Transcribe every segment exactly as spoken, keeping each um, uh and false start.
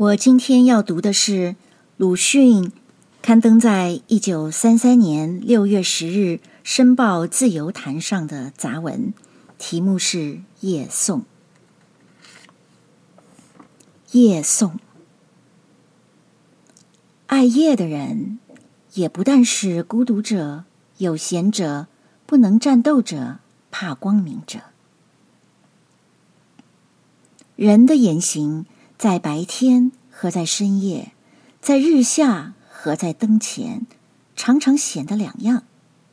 我今天要读的是鲁迅刊登在一九三三年六月十日《申报自由坛》上的杂文，题目是《夜颂》。夜颂，爱夜的人，也不但是孤独者、有闲者、不能战斗者、怕光明者。人的言行，在白天和在深夜，在日下和在灯前，常常显得两样。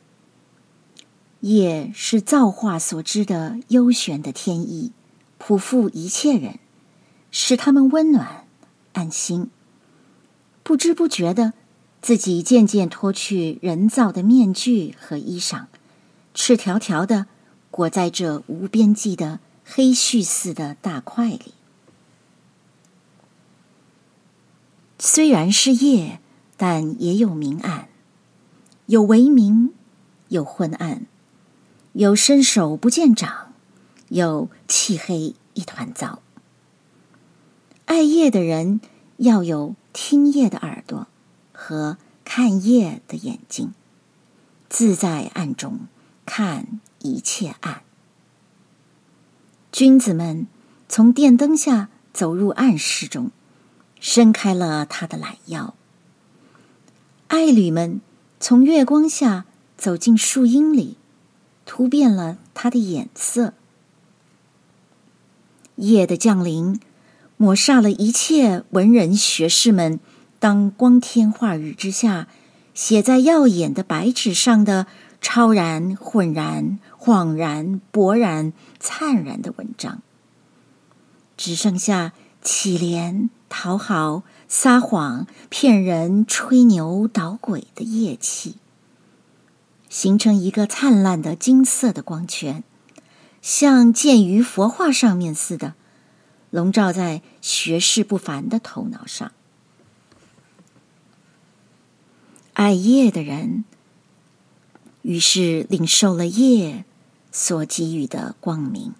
夜是造化所知的幽玄的天意，普覆一切人，使他们温暖安心，不知不觉的，自己渐渐脱去人造的面具和衣裳，赤条条的裹在这无边际的黑絮似的大块里。虽然是夜，但也有明暗，有微明，有昏暗，有伸手不见掌，有漆黑一团糟。爱夜的人要有听夜的耳朵和看夜的眼睛，自在暗中看一切暗。君子们从电灯下走入暗室中，伸开了他的懒腰；爱侣们从月光下走进树荫里，突变了他的眼色。夜的降临抹煞了一切文人学士们当光天化日之下写在耀眼的白纸上的超然、浑然、恍然、勃然、灿然的文章，只剩下乞怜、讨好、撒谎、骗人、吹牛捣鬼的夜气，形成一个灿烂的金色的光圈，像建于佛画上面似的，笼罩在学识不凡的头脑上。爱夜的人，于是领受了夜所给予的光明。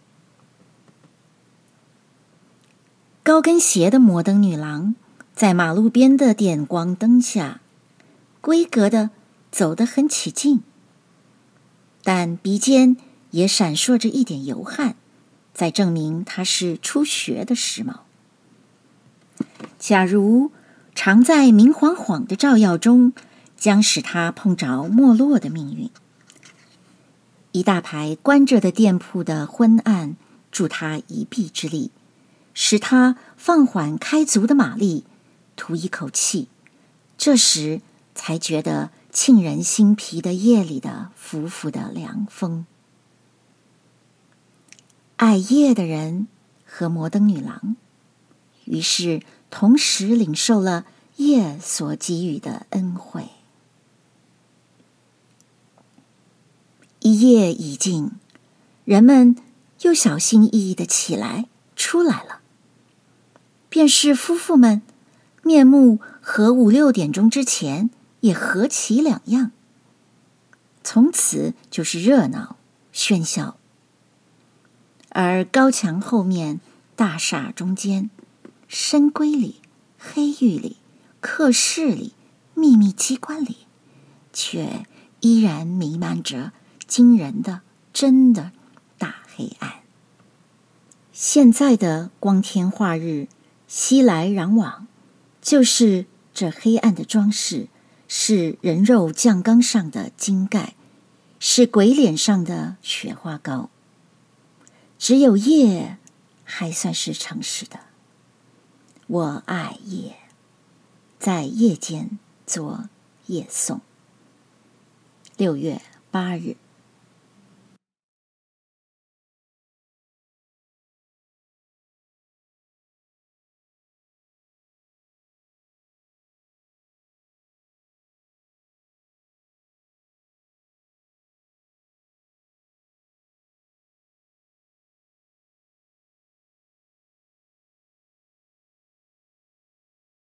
高跟鞋的摩登女郎在马路边的点光灯下，规格的走得很起劲，但鼻尖也闪烁着一点油汗，在证明她是初学的时髦。假如常在明晃晃的照耀中，将使她碰着没落的命运。一大排关着的店铺的昏暗助她一臂之力，使他放缓开足的马力，吐一口气，这时才觉得沁人心脾的夜里的拂拂的凉风。爱夜的人和摩登女郎，于是同时领受了夜所给予的恩惠。一夜已尽，人们又小心翼翼地起来出来了。便是夫妇们面目和五六点钟之前也何其两样。从此就是热闹喧嚣，而高墙后面、大厦中间、深闺里、黑狱里、客室里、秘密机关里，却依然弥漫着惊人的真的大黑暗。现在的光天化日熙来攘往，就是这黑暗的装饰，是人肉酱缸上的金盖，是鬼脸上的雪花膏。只有夜还算是诚实的。我爱夜，在夜间做夜颂。六月八日。